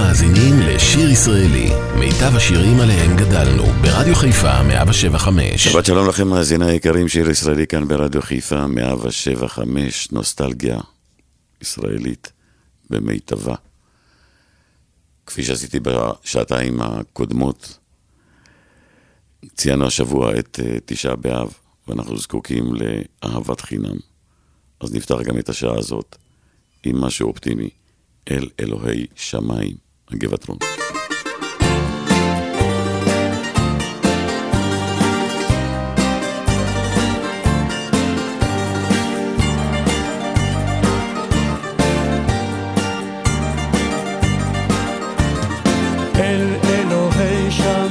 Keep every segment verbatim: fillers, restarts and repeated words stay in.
מאזינים לשיר ישראלי, מיטב השירים עליהם גדלנו, ברדיו חיפה מאה שבע חמש. שבת שלום לכם מאזיני היקרים, שיר ישראלי כאן ברדיו חיפה מאה שבע חמש, נוסטלגיה ישראלית במיטבה. כפי שעשיתי בשעתיים הקודמות, ציינו השבוע את תשעה באב, ואנחנו זקוקים לאהבת חינם. אז נפתח גם את השעה הזאת עם משהו אופטימי, אל אלוהי שמיים, הגבעתרון. אל אלוהי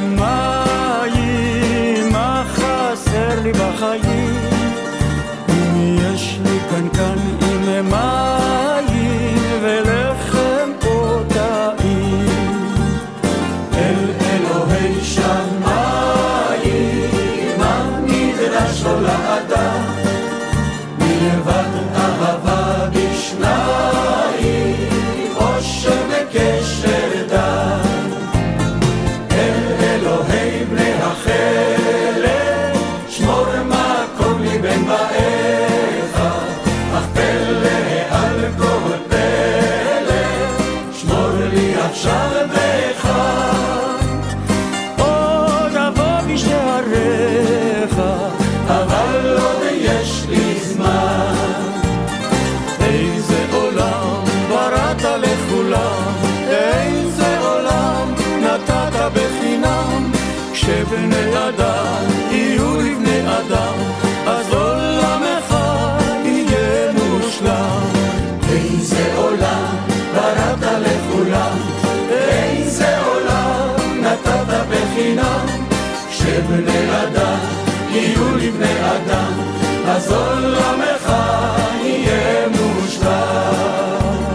שמיים, מה חסר לי בחיים? אם יש לי כאן כאן עם מים ולחם פותאים. אל אלוהי שמיים, מה נדרש לו לאדם? מלבד אהבה בשניים, אושר וקשר דם. אל אלוהי בני החלק, שמור מקום לי בין באיך, אך פלא על כל פלא, שמור לי עכשיו בך. עוד אבוא בשעריך, אבל עוד יש לי זמן. איזה עולם בראת לכולם, איזה עולם נתת בחינם. כשבני אדם יהיו לבני אדם, אז עולמך יהיה מושלם. איזה עולם בראת לכולם, איזה עולם נתת בחינם. כשבני אדם יהיו לבני אדם, אז עולמך יהיה מושלם.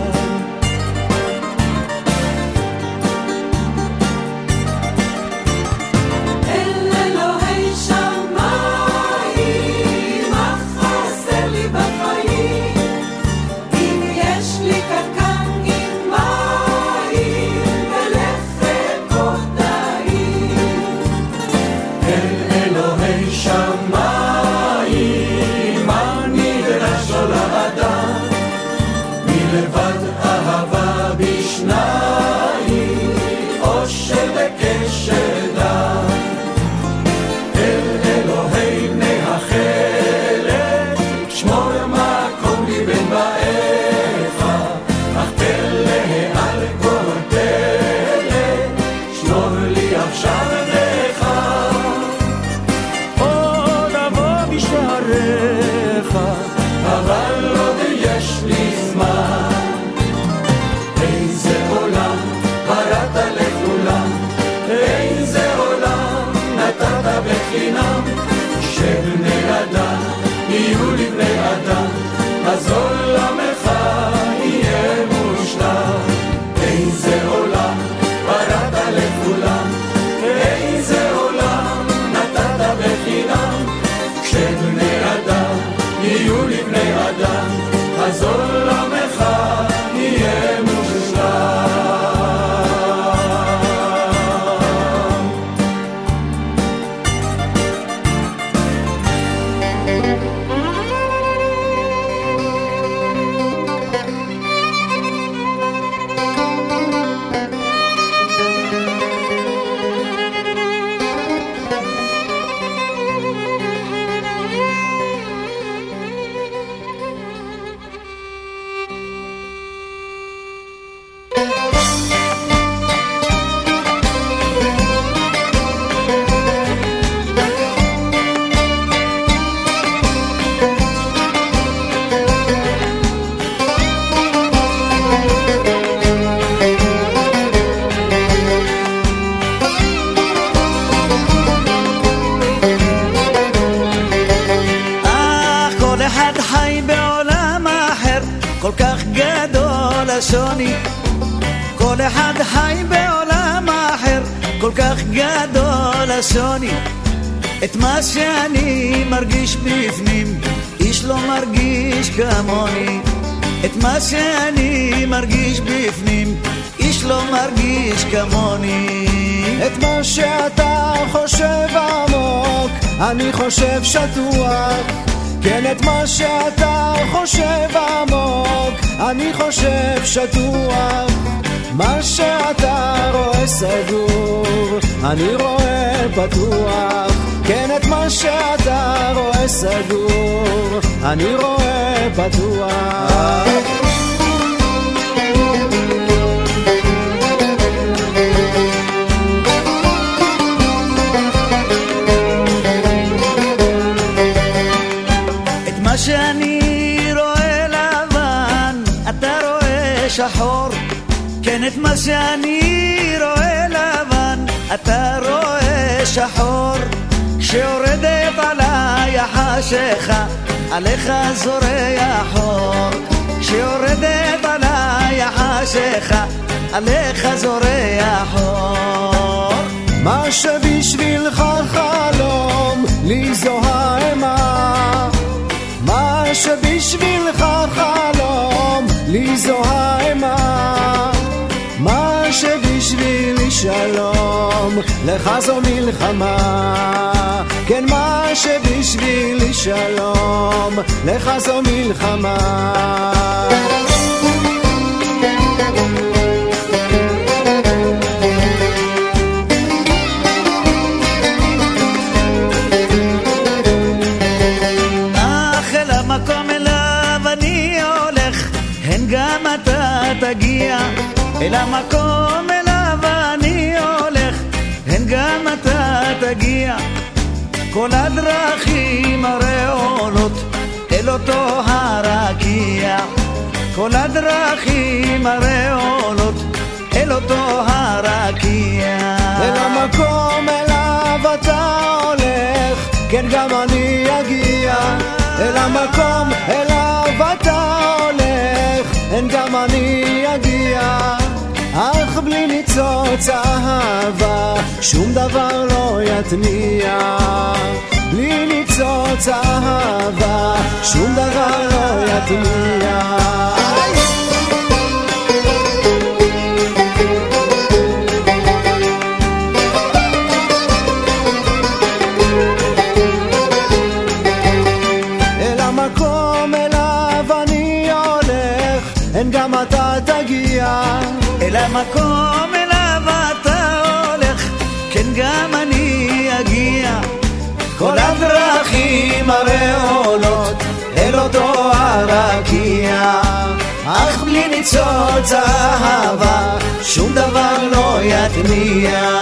שבני אדם יהיו לבני אדם, אז עולמך יהיה מושלם. איזה עולם בראת לכולם, איזה עולם נתת בחינם. כשבני אדם יהיו לבני אדם, אז עולמך יהיה מושלם. שוני, כל אחד חי בעולם אחר, כל כך גדול השוני. את מה שאני מרגיש בפנים, איש לא מרגיש כמוני. את מה שאני מרגיש בפנים, איש לא מרגיש מרגיש כמוני. את מה שאתה חושב עמוק אני חושב שטוח, כן את מה שאתה חושב עמוק אני חושב שטוח. מה שאתה רואה סגור אני רואה פתוח, כן את מה שאתה רואה סגור אני רואה פתוח. מה שאני רואה לבן אתה רואה שחור, כן את מה שאני רואה לבן אתה רואה שחור. כשיורדת עליי החשיכה עליך זורח אור, כשיורדת עליי החשיכה עליך זורח אור. מה שבשבילך חלום לי זו האימה, מה שבשבילך חלום לי זו האימה, מה שבשבילי שלום לך זו מלחמה, כן מה שבשבילי שלום לך זו מלחמה. גם אתה תגיע אל המקום אליו אני הולך, הן גם אתה תגיע. כל הדרכים הרי עולות אל אותו הרקיע, כל הדרכים הרי עולות אל אותו הרקיע. אל המקום אליו אתה הולך, כן גם אני אגיע. אל המקום אליו אתה הולך, אין גם אני אגיע. אך בלי ניצוץ אהבה שום דבר לא יתניע, בלי ניצוץ אהבה שום דבר לא יתניע. גם אתה תגיע אל המקום אליו אתה הולך, כן גם אני אגיע. כל הדרכים הרי עולות אל אותו הרקיע, אך בלי ניצוץ אהבה שום דבר לא יתניע.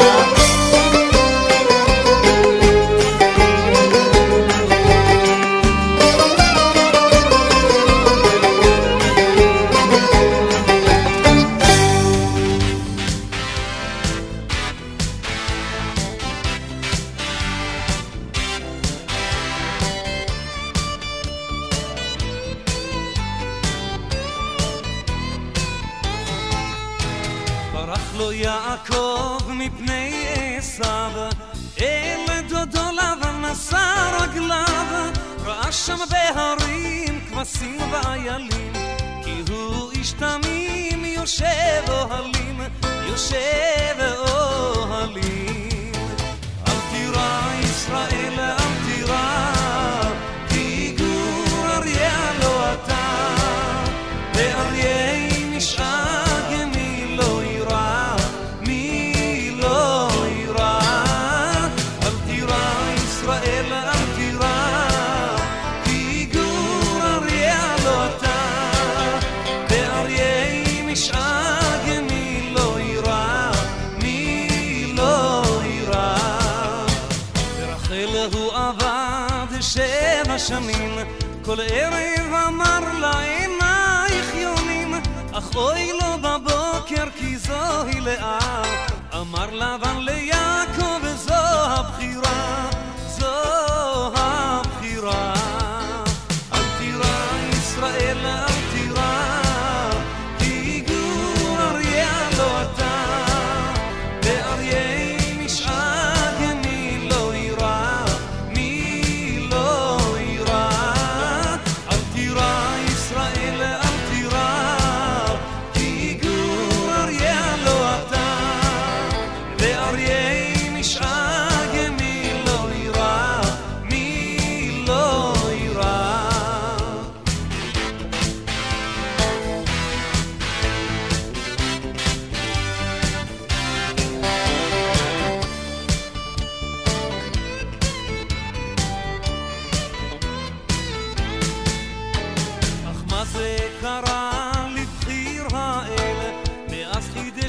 שם בהרים כבשים ואיילים, כי הוא איש תמים יושב אוהלים, יושב אוהלים. אל תירא ישראל אל תירא, כי גור אריה לא אתה, ואריה משאג מי לא ירא, מי לא ירא. אל תירא ישראל אל תירא, שנים כל ערב אמר לה עינייך יונים, אך אוי לו בבוקר כי זוהי לאה. אמר לבן ליעקב וזו הבחירה, זו הבחירה. אל תירא ישראל אל תירא, כי גור אריה לא אתה, ואריה משאג מי לא ירא, מי לא ירא. אל תירא ישראל אל תירא, כי גור אריה לא אתה,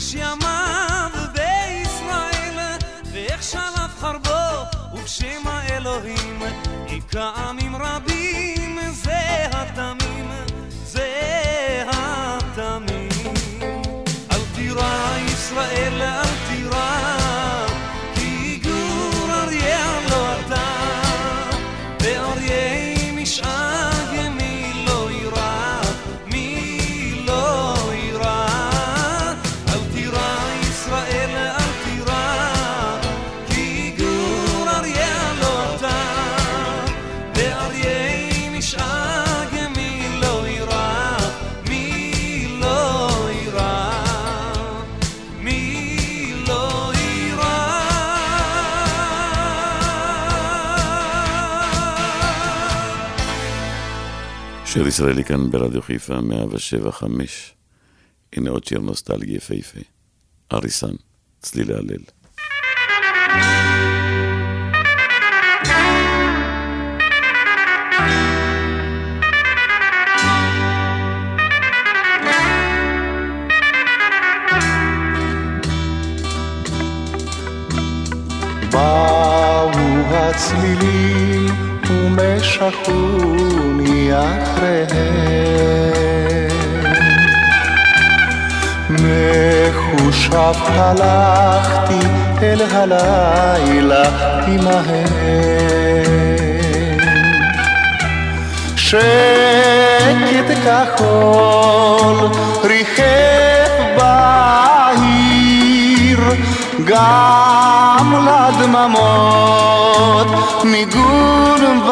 שש ימיו בישראל, ואיך שלף חרבו ובשם האלוהים, יקעמים רבים, זה התמים, זה התמים. אל תירא ישראל, אל תירא, כי גור אריה לא אתה, ואריה משעג מי לא ירא, מי לא ירא. אל תירא ישראל, אל תירא, כי גור אריה לא אתה, ואריה משעג מי לא ירא, מי לא ירא, מי לא ירא. שיר ישראלי כאן ברדיו חיפה מאה ושבע חמש. הנה עוד שיר נוסטלגי יפהפה, אריסן, צלילי הליל. באו הצלילים ומשכוני אחריהם, מחושב הלכתי אל הלילה עמהם. שקט כחול ריחף בעיר, גם לדממות ניגון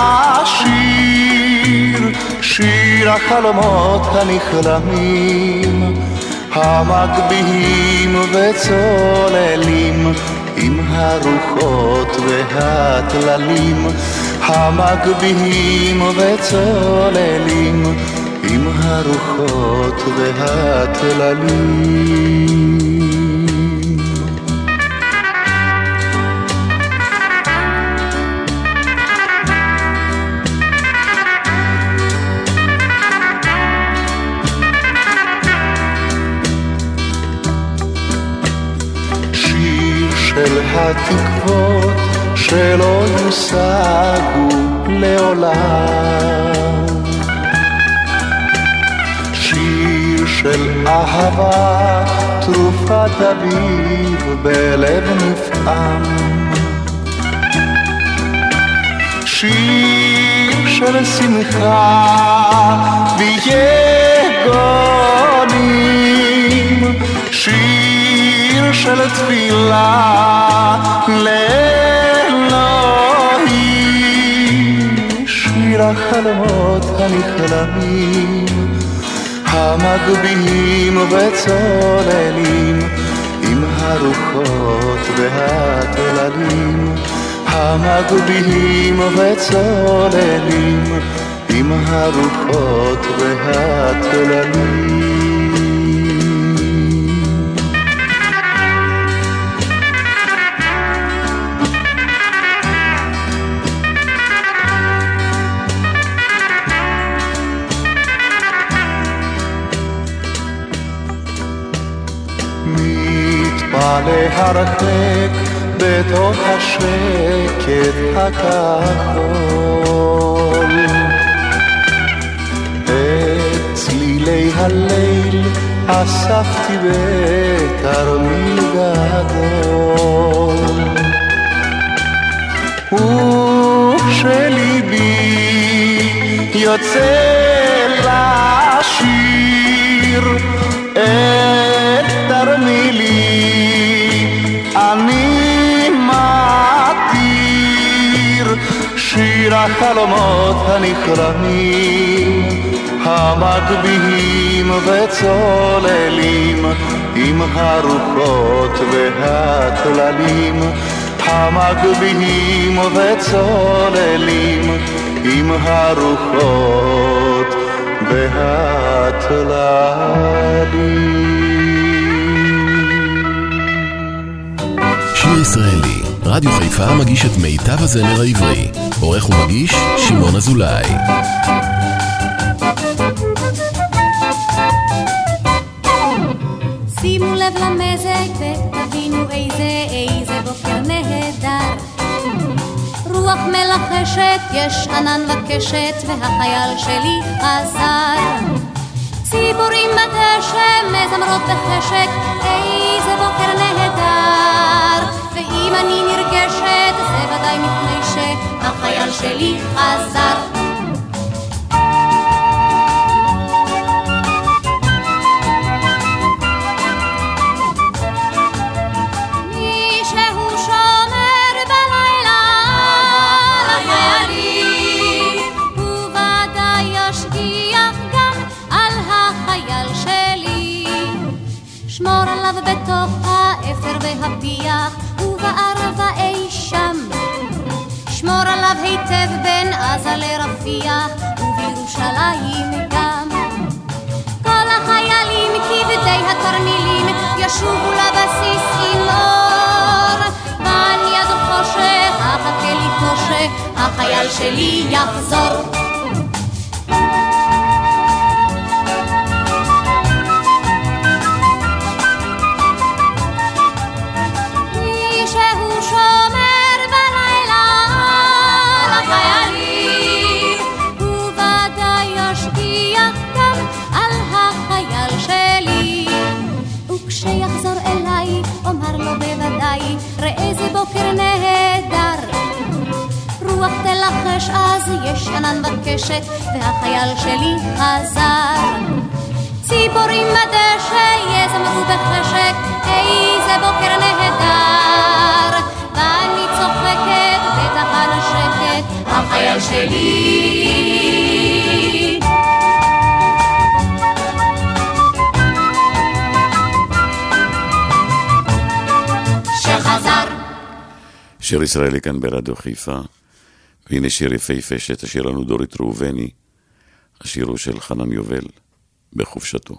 ושיר, שיר החלומות הנכלמים, המגביהים וצוללים, עם הרוחות והטללים, המגביהים וצוללים, עם הרוחות והטללים. של התקוות שלא יושגו לעולם, שיר של אהבה תרופת אביב בלב נפעם, שיר של שמחה ויגונים, שיר של תפילה לאלוהים, שיר החלומות הנכלמים, המגביהים וצוללים, עם הרוחות והטללים, המגביהים וצוללים, עם הרוחות והטללים. להרחק בתוך השקט הכחול, את צלילי הליל אספתי בתרמיל גדול, וכשליבי יוצא לשיר את תרמילי אני מתיר, שיר החלומות הנכרמים, המגביהים וצוללים, עם הרוחות והטללים, המגביהים וצוללים, עם הרוחות והטללים. שיר ישראלי, רדיו חיפה מגיש את מיטב הזמר העברי. עורך ומגיש שמעון אזולאי. שים שימו לב למזג ותבינו איזה איזה בוקר נהדר. רוח מלחשת, יש ענן וקשת והחייל שלי חזר. ציפורים בדשא מזמרות בחשק, איזה בוקר נהדר. ואם אני נרגשת זה ודאי מפני שהחייל שלי חזר. בתוך האפר והפיח ובערבה אי שם, שמור עליו היטב בין עזה לרפיח ובירושלים גם. כל החיילים כבדי התרמילים ישובו לבסיס עם אור, ועל יד חושך אחכה לי תושך, החייל שלי יחזור. כשיחזור אליי אומר לו בוודאי, ראה איזה בוקר נהדר. רוח תלחש אז יש ענן וקשת והחייל שלי חזר. ציפורים בדשא יזמרו בחשק, איזה בוקר נהדר. ואני צוחקת בתחן השקט, החייל שלי שחזר. שיר ישראלי כאן ברדיו חיפה, והנה שיר יפהפה שתשאיר לנו דורית ראובני. השיר הוא של חנן יובל, בחופשתו.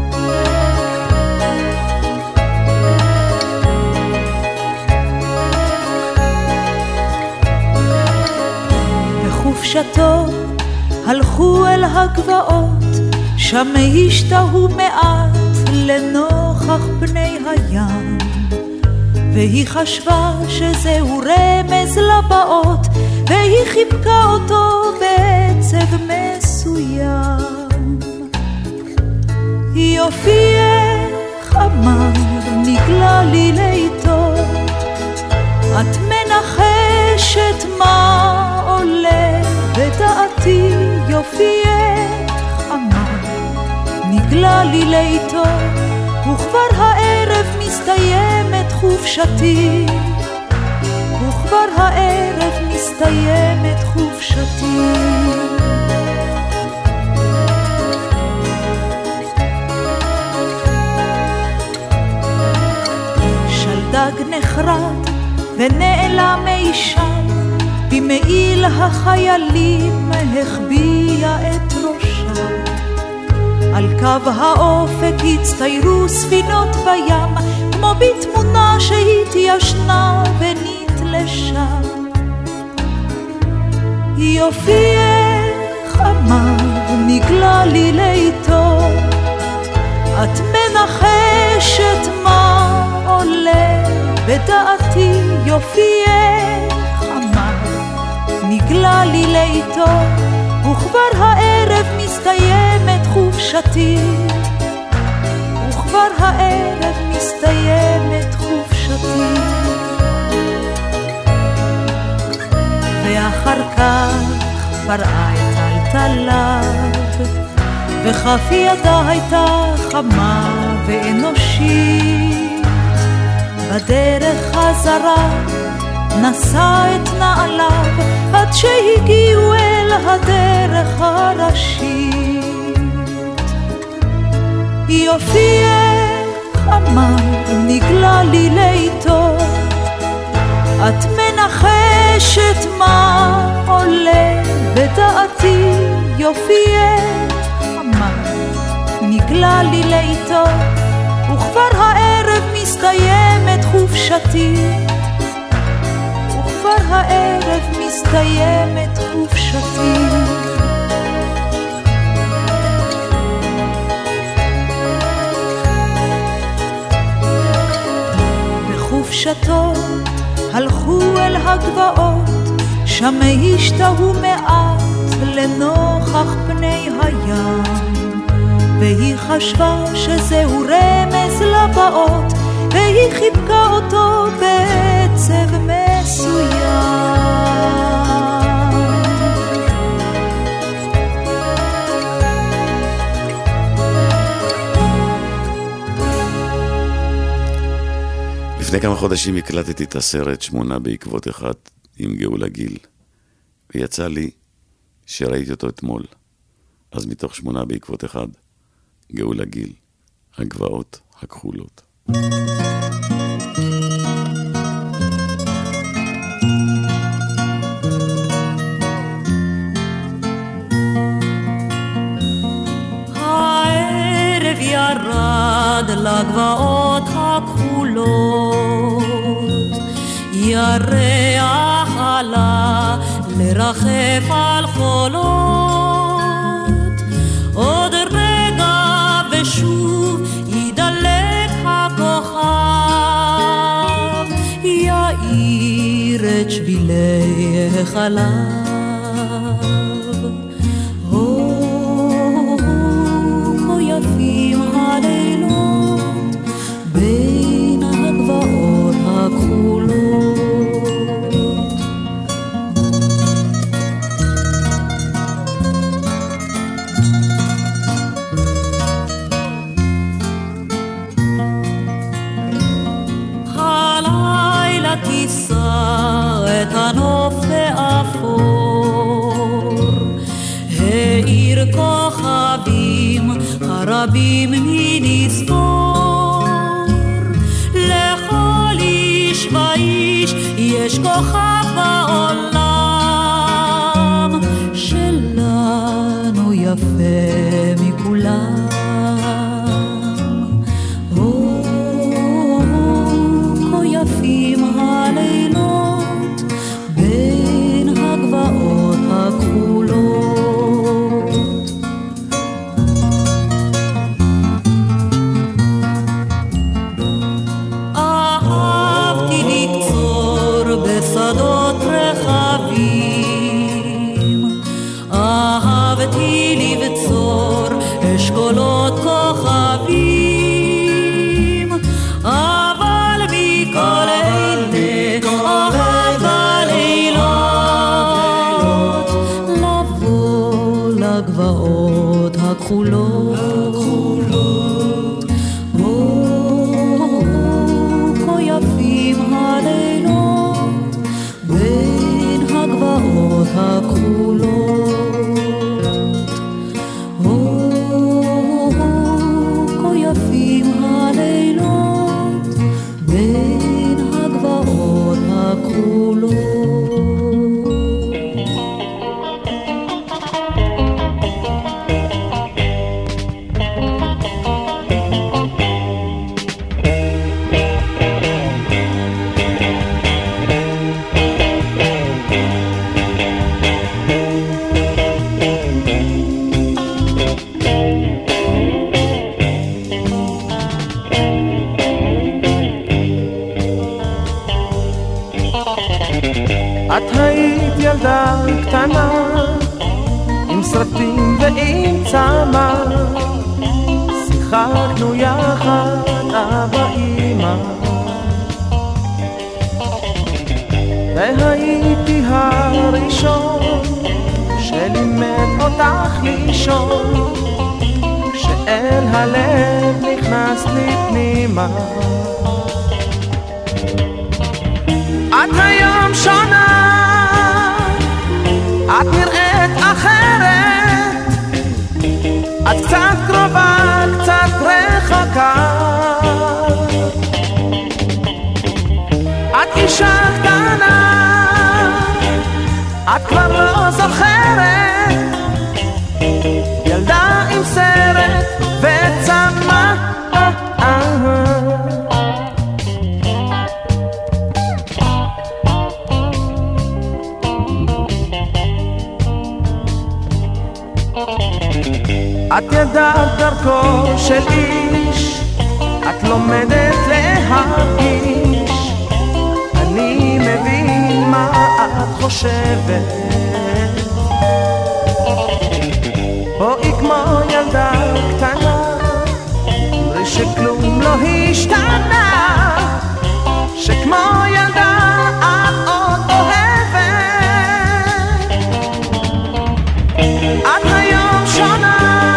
בחופשתו הלכו אל הגבעות, שם השתהו מעט לנוכח פני הים, והיא חשבה שזהו רמז לבאות, והיא חיבקה אותו בעצב מסוים. יופייך אמר נגלה לי לאיתו, את מנחשת מה עולה בדעתי. יופייך אמר נגלה לי לאיתו, וכבר הערב מסתיימת חופשתי, וכבר הערב מסתיימת חופשתי. שלדג נחרד ונעלם אישם, במעיל החיילים החביע את ראשה. על קו האופק הצטיירו ספינות בים, כמו בתמונה שהתיישנה ונתלשה. יופייך אמר נגלה לי לאיתו, את מנחשת מה עולה בדעתי. יופייך אמר נגלה לי לאיתו, וכבר הערב מסתיימת חופשתי, וכבר הערב מסתיימת חופשתי. ואחר כך פרעה את טלטליו, וכף ידה הייתה חמה ואנושית. בדרך חזרה נשא את נעליו, עד שהגיעו אל הדרך הראשית. יופייך אמר נגלה לי לאיתו, את מנחשת מה עולה בדעתי. יופייך אמר נגלה לי לאיתו, וכבר הערב מסתיימת חופשתי, וכבר הערב מסתיימת חופשתי. חופשתו, הלכו אל הגבעות, שם השתהו מעט לנוכח פני הים, והיא חשבה שזהו רמז לבאות, והיא חיבקה אותו בעצב מסוים. לפני כמה חודשים הקלטתי את הסרט שמונה בעקבות אחד עם גאולה גיל, ויצא לי שראיתי אותו אתמול. אז מתוך שמונה בעקבות אחד, גאולה גיל, הגבעות הכחולות. הערב ירד לגבעות הכחולות, ירח עלה לרחף על חולות, עוד רגע ושוב ידלק הכוכב, יאיר את שבילי החלב. הו, כה יפים הלילות בין הגבעות הכחולות. הלילה תישא את הנוף באפור, העיר כוכבים הרבים מנספור, לכל איש ואיש יש כוכב בעולם, שלנו יפה מכולם. הו, כה יפים הלילות בין הגבעות הכחולות. אהבתי לקצור בשדות רחבים, אהבתי לבצור אשכולות כוכבים, אבל מכל אלה אהב בלילות לבוא לגבעות הכחולות. כה יפים הלילות בין הגבעות הכחולות. כה יפים הלילות בין הגבעות הכחולות. את היית ילדה קטנה עם סרטים ועם צמא, שיחקנו יחד אבא אמא, והייתי הראשון שלימד אותך לישון, כשאל הלב נכנס לי פנימה. את היום שונה, את נראית אחרת, את קצת קרובה, קצת רחוקה, את אישה קטנה, את כבר לא זוכרת, ילדה עם סרט וצמא. את ידעת דרכו של איש, את לומדת להרגיש, חושבת בואי כמו ילדה קטנה אמרי שכלום לא השתנה שכמו ילדה את עוד אוהבת את היום שונה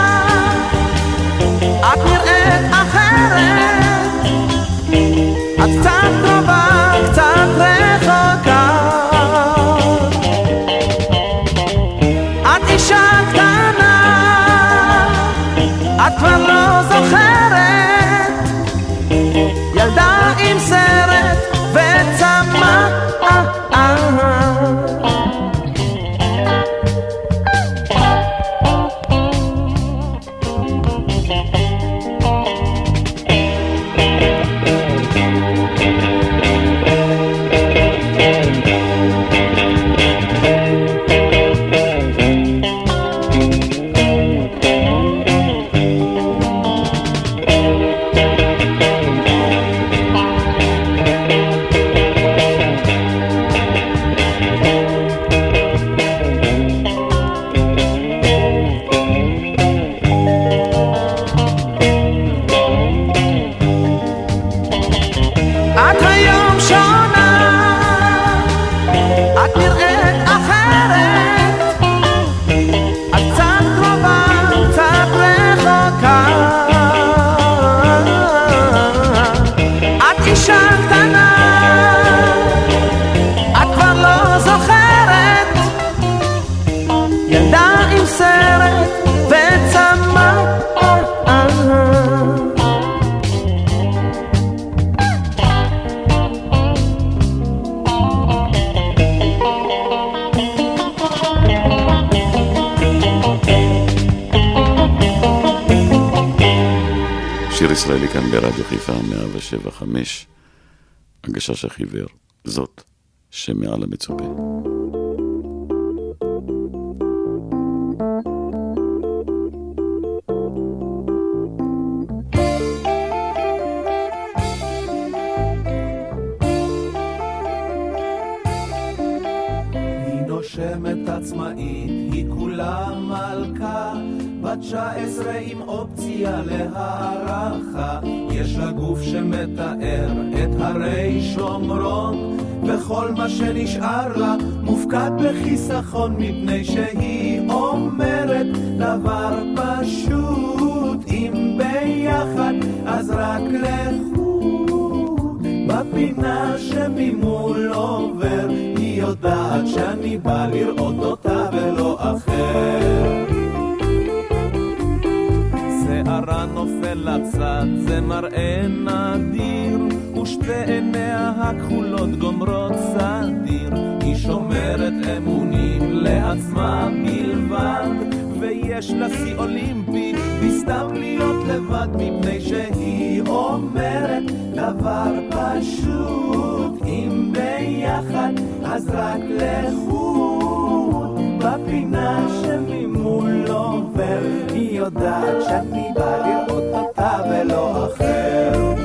את נראית אחרת את קצת קרובה קצת רחוקה את אישה קטנה את כבר לא זוכרת ילדה עם סרט וצמא ישראלי כאן ברדיו חיפה מאה שבע חמש, הגשש החיוור, זאת שמעל המצופה. היא נושמת עצמאית, היא כולה מלכה, בת תשע עשרה עם אופציה להערכה, יש לה גוף שמתאר את הרי שומרון, וכל מה שנשאר לה מופקד בחיסכון, מפני שהיא אומרת דבר פשוט, אם ביחד אז רק לחוד, בפינה שממול עובר, היא יודעת שאני בא לראות אותה ולא אחר. שערה נופל לצד, זה מראה נדיר, ושתי עיניה הכחולות גומרות סדיר, היא שומרת אמונים לעצמה בלבד, ויש לה שיא אולימפי בסתם להיות לבד, מפני שהיא אומרת דבר פשוט, אם ביחד אז רק לחוד, בפינה שממול עובר, היא יודעת שאני בא לראות אותה ולא אחר.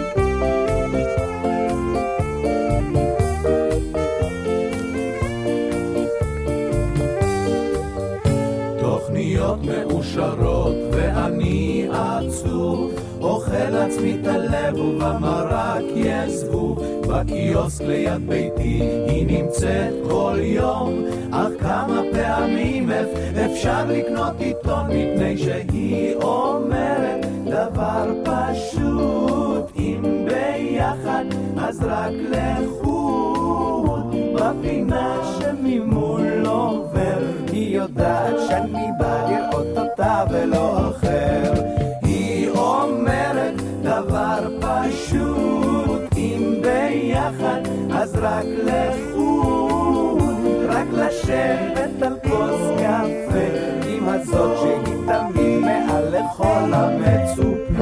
תוכניות מאושרות ואני עצוב, אוכל עצמי את הלב ובמרק יסבו, בקיוסק ליד ביתי היא נמצאת כל יום, אך כמה פעמים אפשר לקנות עיתון, מפני שהיא אומרת דבר פשוט, אם ביחד אז רק לחוד, בפינה שממול עובר, היא יודעת שאני בא לראות אותה ולא אחר. היא אומרת דבר פשוט, אם ביחד אז רק לחוד, רק לשבת על כוס קפה, עם הזאת שהיא תמיד מעל לכל המצופה.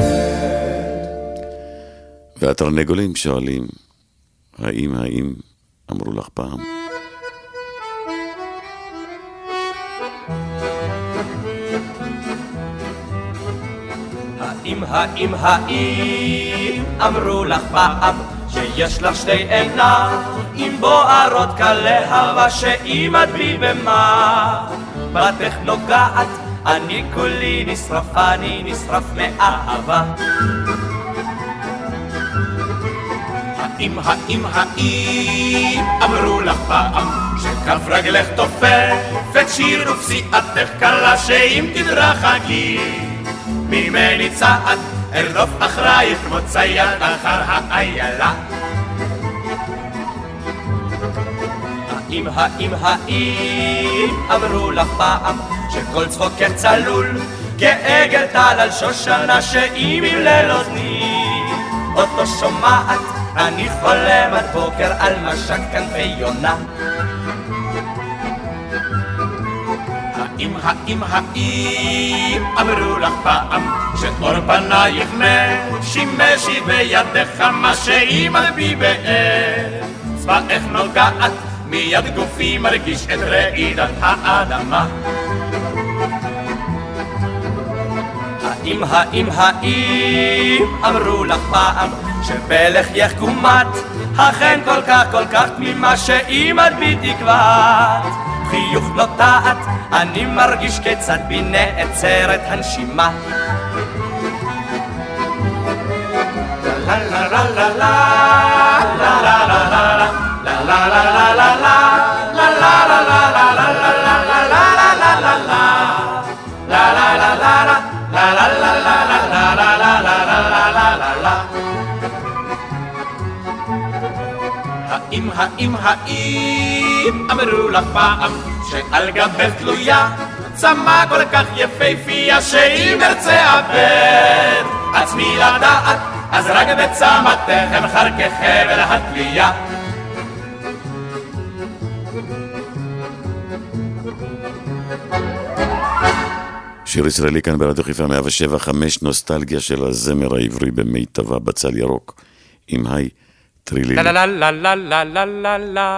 והתרנגולים שואלים, האם האם אמרו לך פעם? האם האם האם אמרו לך פעם, שיש לך שתי עיניים בוערות כלהבה שאם את בי במה בתך נוגעת אני כולי נשרף, אני נשרף מאהבה. האם, האם, האם אמרו לך פעם שכף רגלך תופפת שיר ופסיעתך קלה שאם תדרחקי ממני צעד ארדוף אחרייך כמו צייד אחר האיילה. האם, האם, האם אמרו לך פעם שכל צחוקך צלול כעגל טל על שושנה שאם ימלל אוזני אותו שומעת אני חולם עד בוקר על משק כנפי יונה. האם, האם, האם אמרו לך פעם שאור פנייך משימשי בידך מה שאם על בי באצבעך נוגעת מיד גופי מרגיש את רעידת האדמה. האם, האם, האם אמרו לך פעם שבלחייך קומת אכן כל כך כל כך תמימה שאם את בי תקוות חיוך נוטעת אני מרגיש כיצד בי נעצרת הנשימה. לה לה לה לה לה לה לה לה לה לה לה לה האם, האם, האם אמרו לך פעם שעל גבך תלויה צמא כל כך יפהפייה שאם ארצה אבד עצמי לדעת אז רק בצמתך אמחר כחבל התלייה. שיר ישראלי כאן ברדיו חיפה מאה שבע חמש, נוסטלגיה של הזמר העברי במיטבה בצל ירוק עם היי טרילילי. לה לה לה לה לה לה לה לה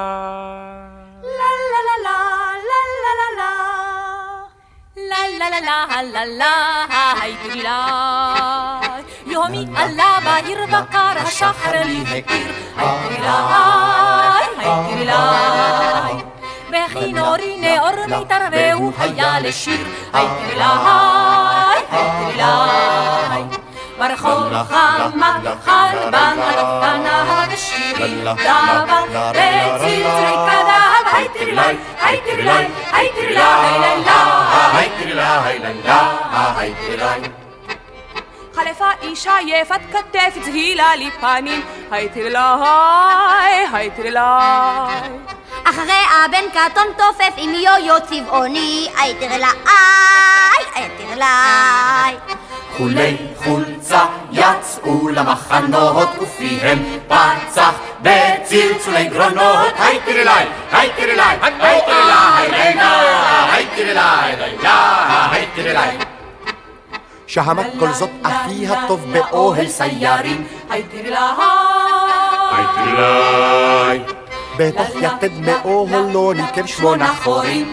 לה לה לה לה לה הייתי לה יומי עלה בעיר בקר השחר לי הכיר הייתי לה הייתי לה בכינורי נאור מיתר והוא היה לשיר הייתי לה הייתי לה ברחוב חמה חלבן הדפנה ושירי דבן בצלצלי כדב הייתי לי הייתי לי הייתי לי הייתי לי הייתי לי חלפה אישה יפת כתף הצהילה לי פנים הייתי לי הייתי לי אחרי הבן קטון תופף עם יו-יו צבעוני הייתי לי הייתי לי חולי חולצה יצאו למחנות ופיהם פצח בצלצולי גרונות הייתי לי הייתי לי הייתי לי הייתי לי הייתי לי שהמת כל זאת אחי הטוב באוהל סיירים הייתי לי הייתי לי בתוך יתד מאוהל לא ניקם שמונה חורים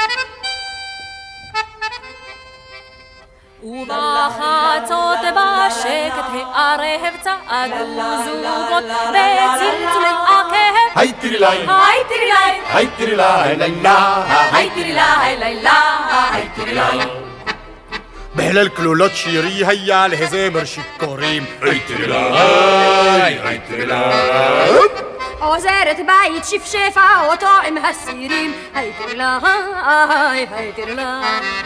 ובחצות בשקט הערב צעדו זוגות בצלצולי עקב הייתי לי הייתי לי הייתי לי לילה הייתי לי לילה הייתי לי בהלל כלולות שירי היה להזמר שיכורים הייתי לי הייתי לי עוזרת בית שפשפה אותו עם הסירים הייתי לה הייתי לה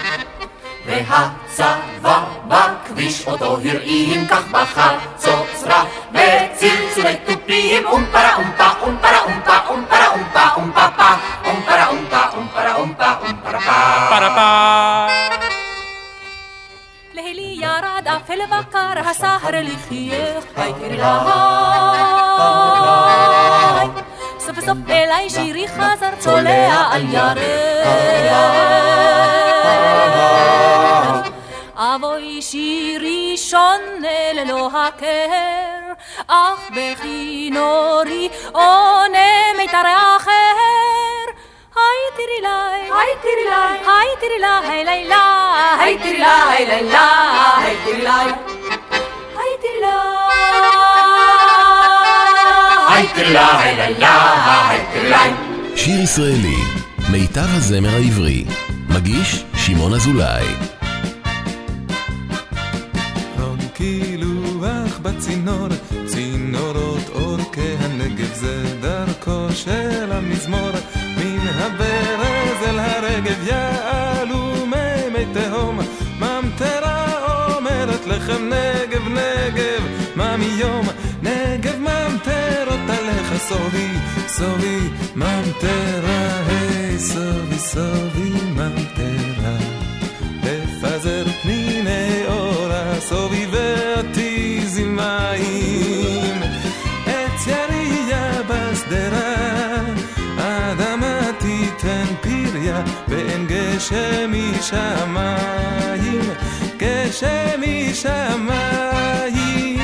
והצבא בכביש אותו הראים כך בחצוצרה וצלצולי תופים אומפרה אומפה אומפרה אומפה אומפרה אומפה אומפה פה אומפרה אומפה אומפרה אומפה אומפרה פה פרה פה לילי ירד אפל בקר הסהר לחייך הייתי לה סוף סוף אליי שירי חזר צולע על ירך אבוי שירי שונה ללא הכר אך בכינורי עונה מיתר אחר הייתי לי הייתי לי הייתי לי לילה הייתי לי לילה הייתי לי הייתי לי היי טרלה, היי לה, היי טרלה. שיר ישראלי, מיטב הזמר העברי. מגיש שמעון אזולאי. קילוח בצינור, צינורות אורכי הנגב, זה דרכו של המזמור. מן הברז אל הרגב יעלו מי תהום, ממטרה אומרת לכם נגב נגב, מה מיום נגב ממטרות עליך סובי סובי ממטרה, היי סובי סובי ממטרה, לפזר פניני אורה סובי ועתיזי מים, עץ יריה בסדרה, אדמה תיתן פיריה, ואין גשם משמיים, גשם משמיים.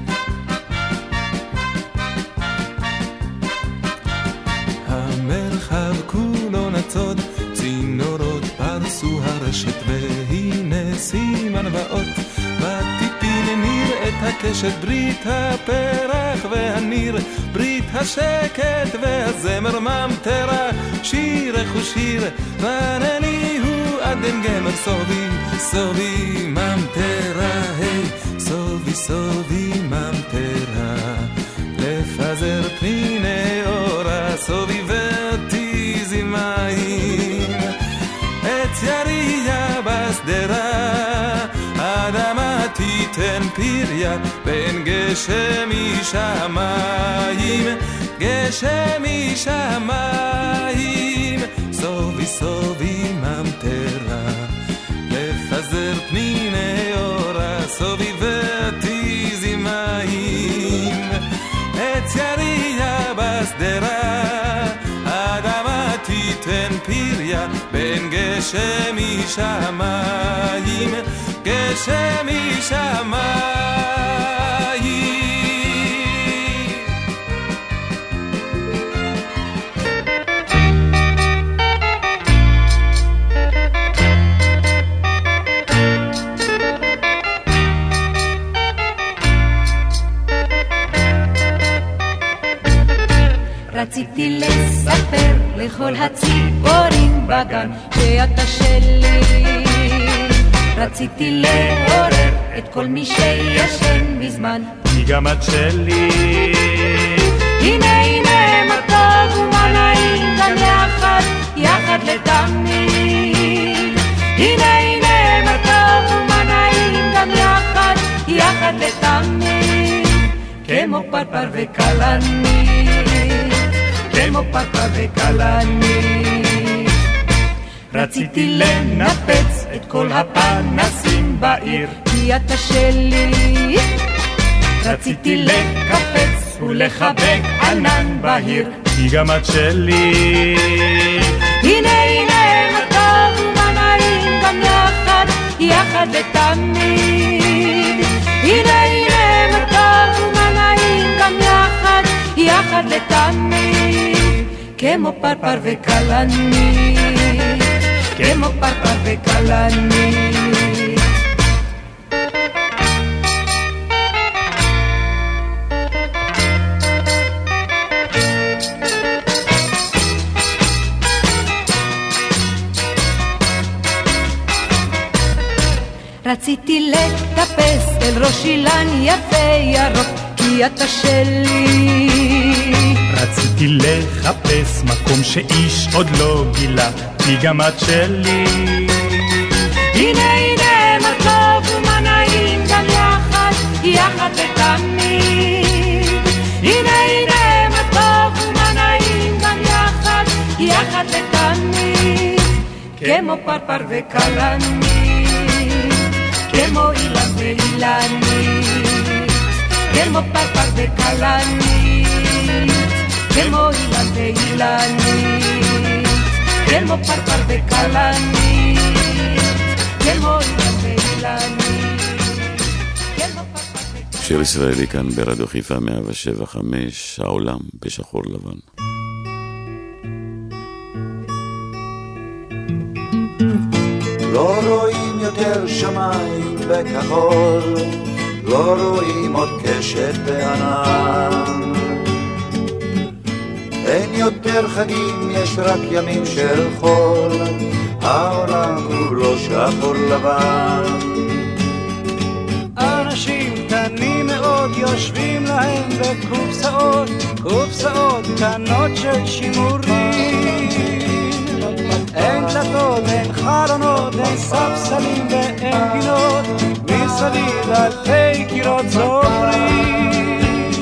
המרחב כולו נצוד, צינורות פרסו הרשת, והנה סימן ואות, בטיפין ניר את הקשת, ברית הפרח והניר, ברית השקט והזמר ממטרה, שירך ושיר רנני הוא עדן גמר, סובי סובי ממטרה, היי סובי סובי ממטרה, לפזר פניני אורה סובי ועתיזי מים, עץ יריה בסדרה, אדמה תיתן פיריה, ואין גשם משמיים, גשם משמיים, סובי סובי ממטרה, לפזר פניני אורה סובי ועתיזי מים, עץ יריה בסדרה, אדמה תיתן פיריה, ואין גשם משמיים, גשם משמיים. רציתי לספר לכל הציפורים בגן שאתה שלי, רציתי לעורר את כל מי שישן מזמן, כי גם את שלי. הנה הנה מה טוב ומה נעים, גם יחד, יחד לתמיד. הנה הנה מה טוב ומה נעים, גם יחד, יחד לתמיד. כמו פרפר וקלנית, כמו פרפר וקלנית. רציתי לנפץ את כל הפנסים בעיר, כי אתה שלי. רציתי לקפץ ולחבק ענן בהיר, כי גם את שלי. הנה הנה מה טוב ומה נעים, גם יחד, יחד לתמיד. הנה הנה מה טוב ומה נעים, גם יחד, יחד לתמיד. כמו פרפר וקלנית, כמו פרפר וקלנית. רציתי לטפס אל ראש אילן יפה ירוק, כי אתה שלי. רציתי לחפש מקום שאיש עוד לא גילה, כי גם את שלי. הנה הנה מה טוב ומה נעים, גם יחד, יחד לתמיד. הנה הנה מה טוב ומה נעים, גם יחד, יחד לתמיד. כמו פרפר וקלנית, כמו אילן ואילנית. כמו פרפר וקלנית, כמו אילן ואילנית. כמו פרפר וקלנית, כמו אילן ואילנית. שיר ישראלי כאן ברדיו חיפה מאה שבע חמש, העולם בשחור לבן. לא רואים יותר שמיים בכחול, לא רואים עוד קשת בענן, יותר חגים, יש רק ימים של חול, העולם כולו שחור לבן. אנשים קטנים מאוד יושבים להם בקופסאות, קופסאות קטנות של שימורים. אין דלתות, אין חלונות, אין ספסלים ואין גינות, מסביב אלפי קירות זוכרים.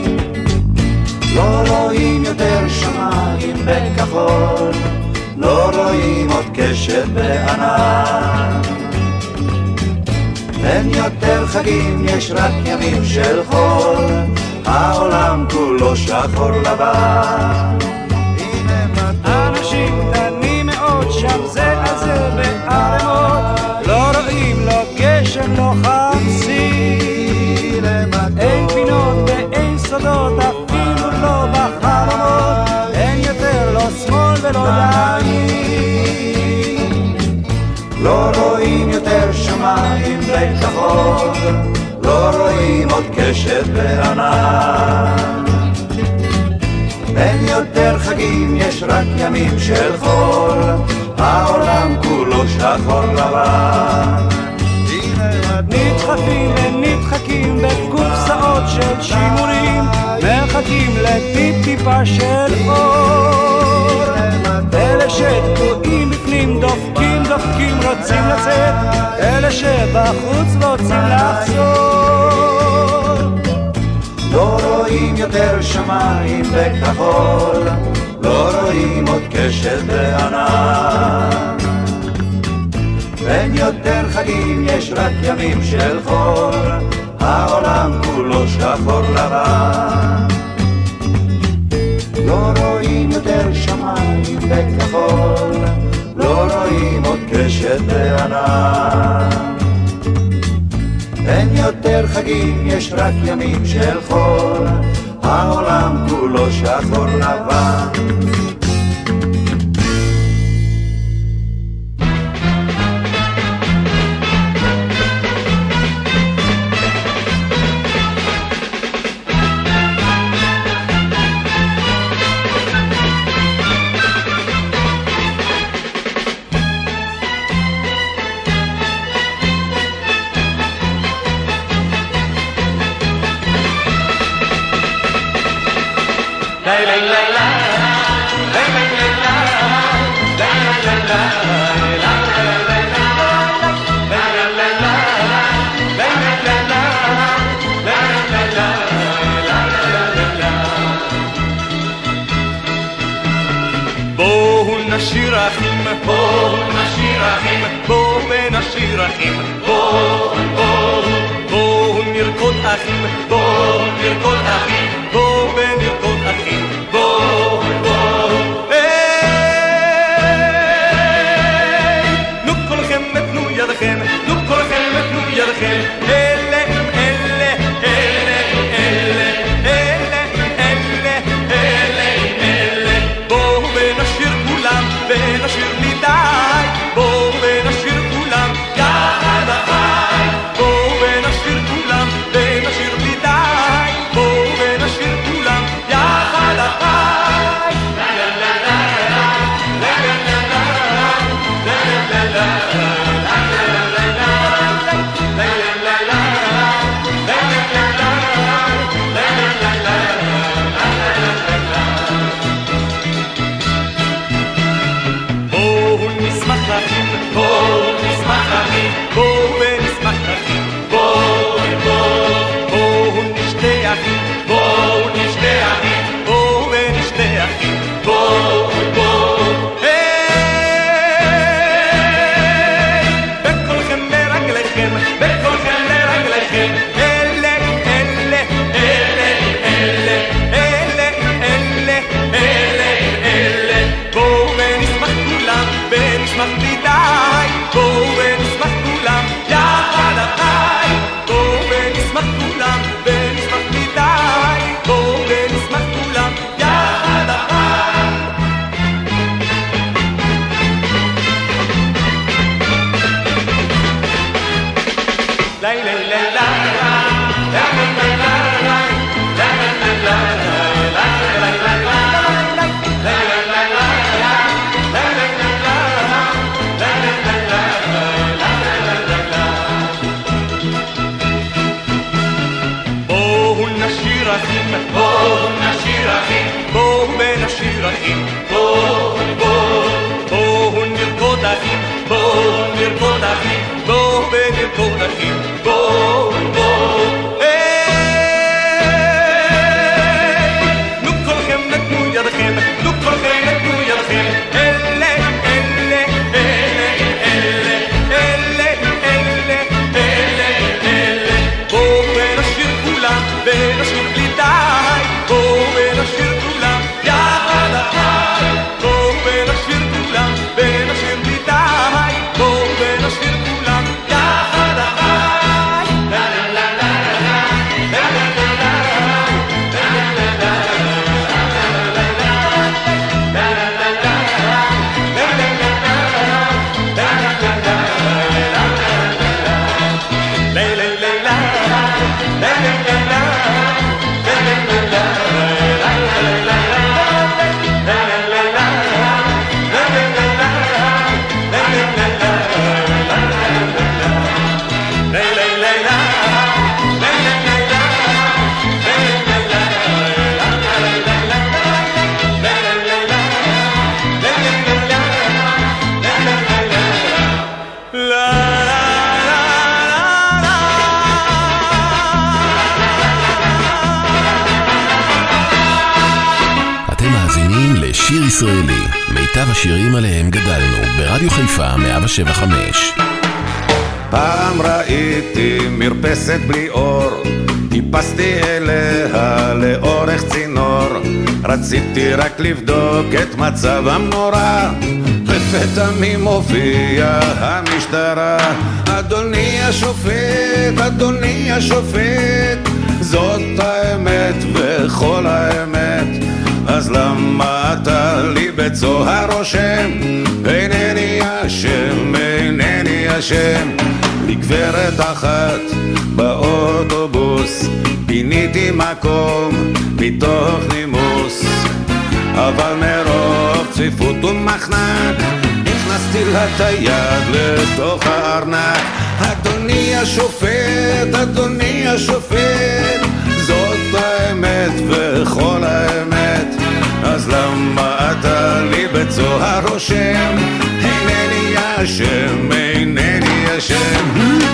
לא רואים יותר שמיים בכחול, לא רואים עוד קשת בענן. אין יותר חגים, יש רק ימים של חול, העולם כולו שחור לבן. אנשים קטנים מאוד שם זה על זה בערימות, לא רואים לא גשם לא חמסין. אין פינות ואין סודות אפילו לא בחלומות, אין יותר לא שמאל ולא ימין. לא רואים יותר שמיים בכחול, לא רואים עוד קשת בענן. אין יותר חגים, יש רק ימים של חול, העולם כולו שחור לבן. נדחפים ונדחקים בקופסאות של שימורים, מחכים לטיפ-טיפה של אור. אלה שתקועים בפנים דופקים דופקים רוצים לצאת, אלה שבחוץ רוצים לחזור. לא רואים יותר שמיים בכחול, לא רואים עוד קשת בענן. אין יותר חגים, יש רק ימים של חול, העולם כולו שחור לבן. לא רואים יותר שמיים בכחול, לא רואים עוד קשת בענן. אין יותר חגים, יש רק ימים של חול, העולם כולו שחור לבן. נשיר אחים, בואו נשיר אחים, בואו ונשיר אחים, בואו, בואו, בואו נרקוד אחים, בואו נרקוד אחים, בואו ונרקוד אחים, בואו, בואו. נו כולכם תנו ידכם, נו כולכם תנו ידכם, אלה עם אלה, אלה עם אלה, אלה עם אלה, אלה עם אלה, בואו ונשיר כולם, ונשיר לי די, בואו ונשיר כולם, יחד החי, בואו ונשיר כולם, ונשיר לי די, בואו ונשיר כולם, יחד החי. לה לה לה לה לה לה לה לה לה לה לה ישראלי, מיטב השירים עליהם גדלנו, ברדיו חיפה מאה שבע חמש. פעם ראיתי מרפסת בלי אור, טיפסתי אליה לאורך צינור, רציתי רק לבדוק את מצב המנורה, לפתע מי מופיע המשטרה. אדוני השופט, אדוני השופט, זאת האמת וכל האמת, אז למה אתה לי בצוהר רושם? אינני אשם, אינני אשם. לגברת אחת באוטובוס פיניתי מקום מתוך נימוס, אבל מרוב צפיפות ומחנק נכנסתי לה את היד לתוך הארנק. אדוני השופט, אדוני השופט, זאת האמת וכל האמת, אז למה אתה לי בצוהר רושם? אינני אשם, אינני אשם.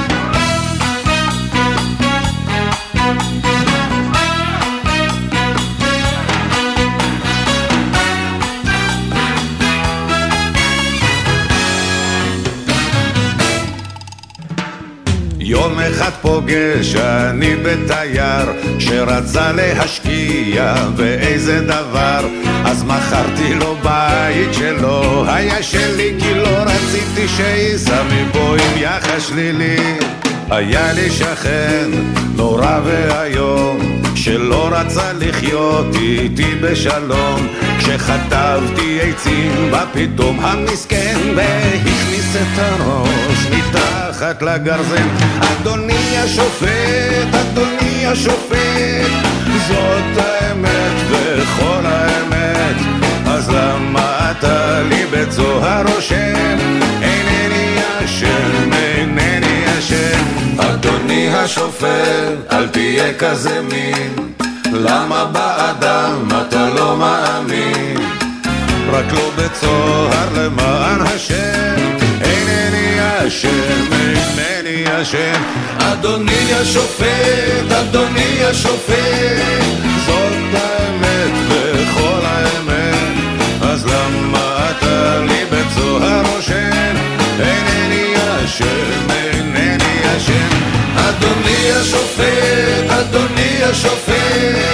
יום אחד פוגש אני בתייר שרצה להשקיע באיזה דבר, אז מכרתי לו בית שלו היה שלי, כי לא רציתי שיסע מפה עם יחס שלילי. היה לי שכן נורא והיום שלא רצה לחיות איתי בשלום, כשחטבתי עצים בפתאום המסכן והכניס את הראש מתחת לגרזן. אדוני השופט, אדוני השופט, זאת האמת וכל האמת, אז למה אתה לי בצוהר רושם? אינני אשם, אינני אשם. אדוני השופט, אל תהיה כזה מין, למה באדם אתה לא מאמין? רק לא בצוהר למען השם, אינני אשם, אינני אשם. אדוני השופט, אדוני השופט, זאת האמת וכל האמת, אז למה אתה לי בצוהר רושם? אינני אשם, אינני אשם. אדוני השופט, אדוני השופט,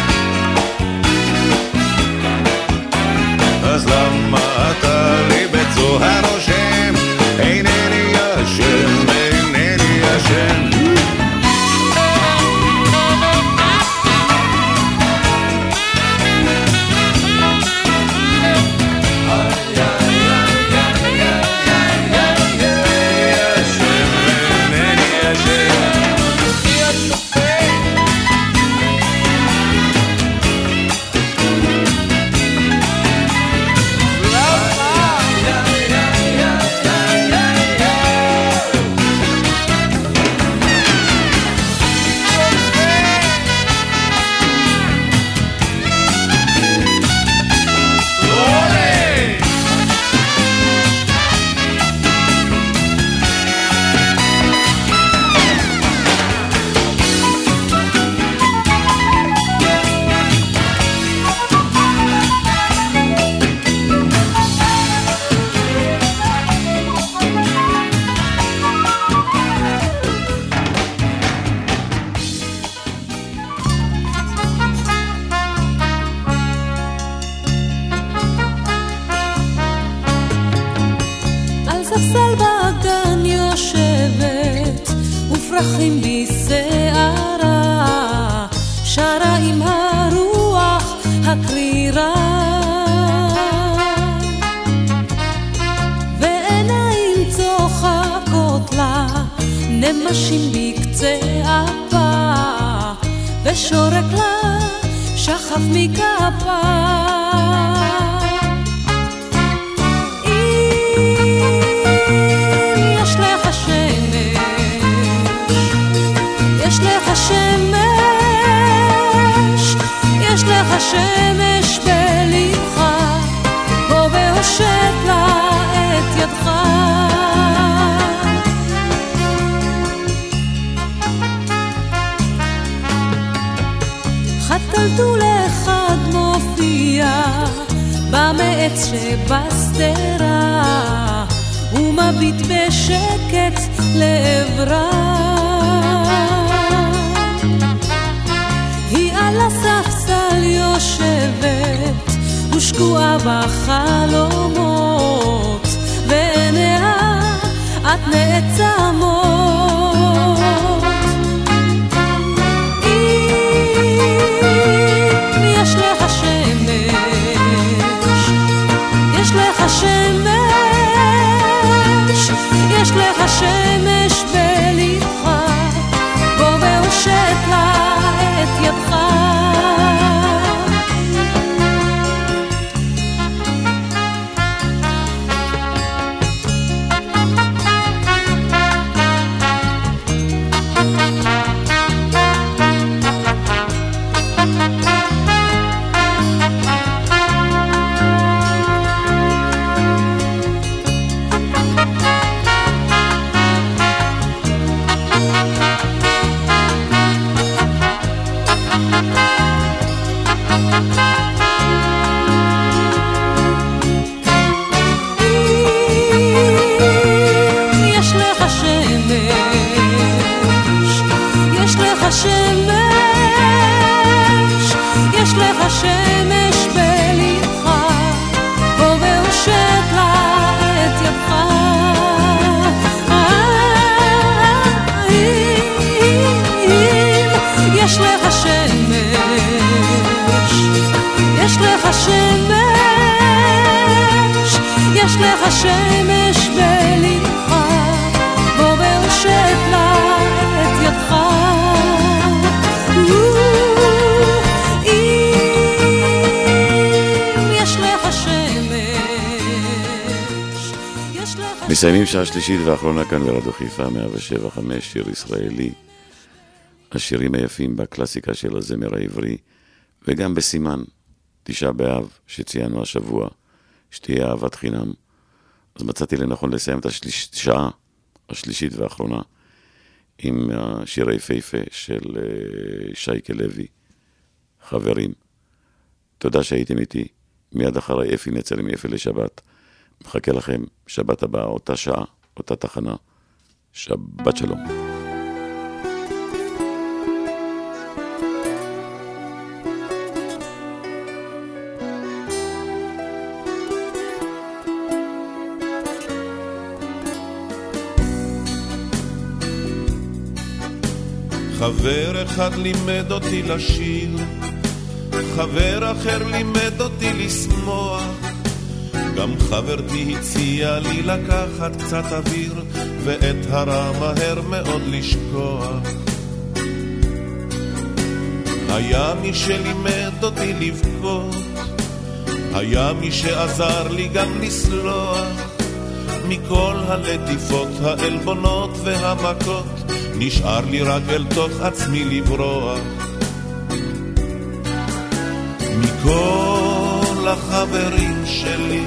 אז למה אתה לי בצוהר רושם? אינני אשם, אינני אשם. נמשים בקצה אפה ושורק לה שחף מכפה. אם יש לך שמש, יש לך שמש, יש לך שמש בלבך, בוא והושט לה את ידך. חתלתול אחד מופיע העץ שבסתרה ומביט בשקט לעברה. היא על הספסל יושבת ושקועה בחלומות, ועיניה את נעצמות. אם יש לך שמש, יש לך שמש, יש לך שמש בלבך, בוא והושט לה את ידך. יש לך שמש בלבך, בוא והושט לה את ידך. אם יש לך שמש, יש לך... מסיימים שעה שלישית ואחרונה כאן ברדיו חיפה מאה שבע חמש, שיר ישראלי. השירים היפים בקלאסיקה של הזמר העברי, וגם בסימן תשעה באב שציינו השבוע, שתהיה אהבת חינם. אז מצאתי לנכון לסיים את השעה השלישית והאחרונה עם השיר היפהפה של שייקה לוי, חברים. תודה שהייתם איתי. מיד אחרי אפי נצא למייפה לשבת. מחכה לכם שבת הבאה, אותה שעה, אותה תחנה. שבת שלום. חבר אחד לימד אותי לשיר, חבר אחר לימד אותי לשמוח, גם חברתי הציעה לי לקחת קצת אוויר, ואת הרע מהר מאוד לשכוח. היה מי שלימד אותי לבכות, היה מי שעזר לי גם לסלוח, מכל הלטיפות, העלבונות והמכות, נשאר לי רק אל תוך עצמי לברוח. מכל החברים שלי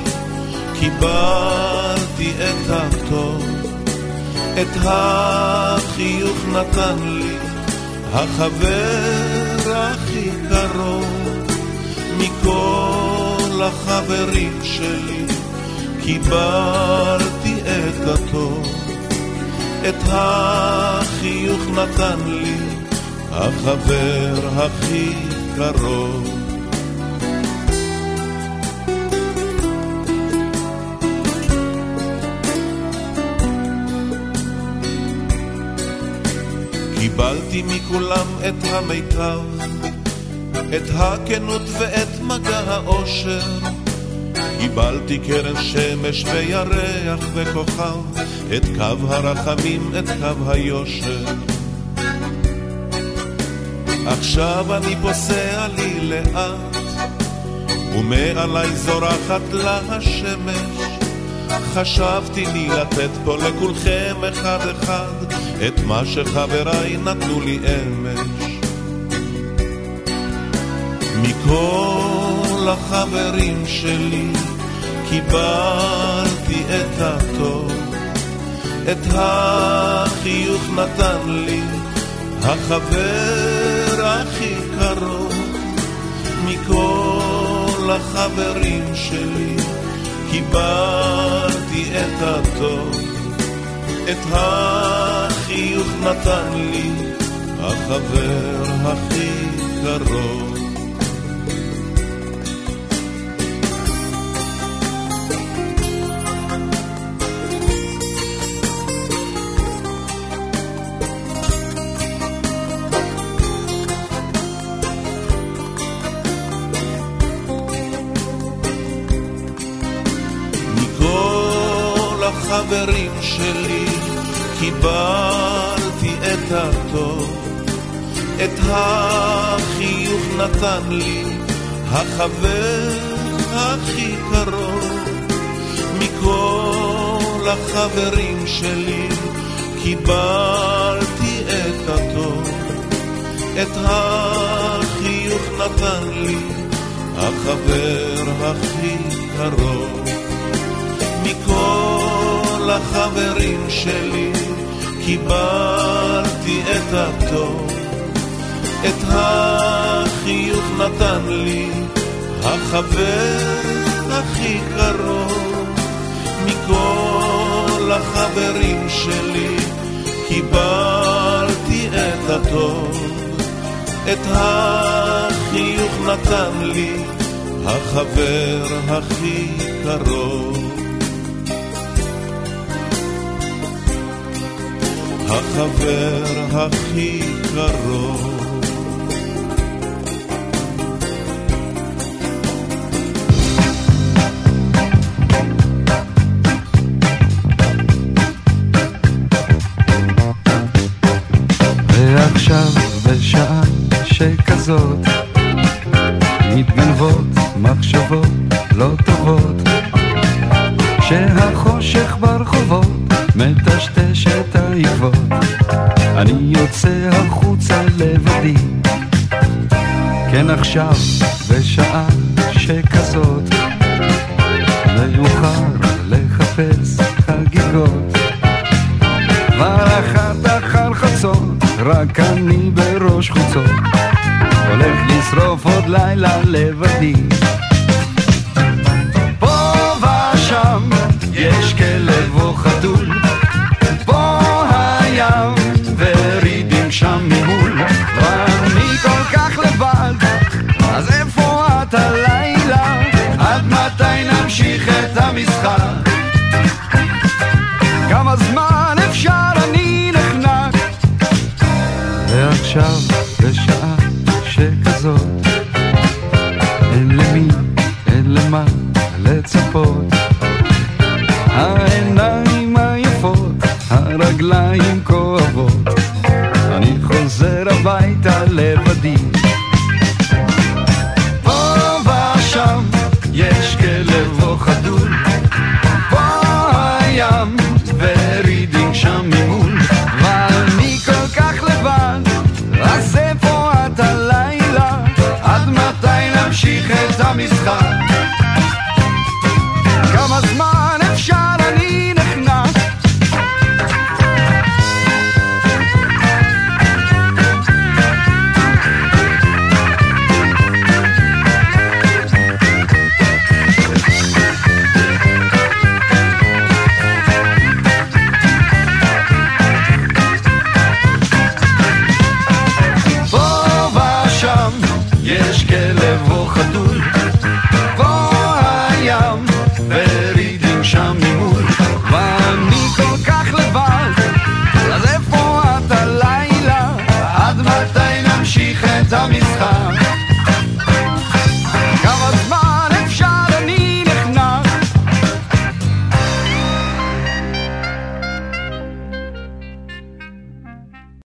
קיבלתי את הטוב, את החיוך נתן לי החבר הכי קרוב. מכל החברים שלי קיבלתי את הטוב, את החיוך נתן לי החבר הכי קרוב. קיבלתי מכולם את המיטב, את הכנות ואת מגע האושר, קיבלתי קרן שמש וירח וכוכב, את קו הרחמים, את קו היושר. עכשיו אני פוסע לי לאט, ומעלי זורחת לה השמש. חשבתי לי לתת פה לכולכם אחד אחד את מה שחבריי נתנו לי אמש. מכל החברים שלי קיבלתי את הטוב, את החיוך נתן לי החבר הכי קרוב. מכל מכל החברים שלי קיבלתי את הטוב, את החיוך נתן לי החבר הכי קרוב. החברים שלי קיבלתי את הטוב, את החיוך נתן לי החבר הכי קרוב. מכל החברים שלי קיבלתי את הטוב, את החיוך נתן לי החבר הכי קרוב. מכל החברים שלי קיבלתי את הטוב, את החיוך נתן לי החבר הכי קרוב. מכל החברים שלי קיבלתי את הטוב, את החיוך נתן לי החבר הכי קרוב. החבר הכי קרוב. ועכשיו בשעה שכזאת מתגנבות מחשבות לא טובות, שהחושך ברחובות מטשטש את העקבות, אני יוצא החוצה לבדי. כן עכשיו בשעה שכזאת מאוחר לחפש חגיגות, כבר אחת אחר חצות רק אני בראש חוצות, הולך לשרוף עוד לילה לבדי. פה ושם יש כלב או חתול, פה הים ורידים שם ממול, ואני כל כך לבד, אז איפה את הלילה? עד מתי נמשיך את המשחק? כמה זמן אפשר אני נחנק? ועכשיו בשעה שכזאת אין למי, אין למה לצפות, העיניים היפות, הרגליים כואבות, אני חוזר הביתה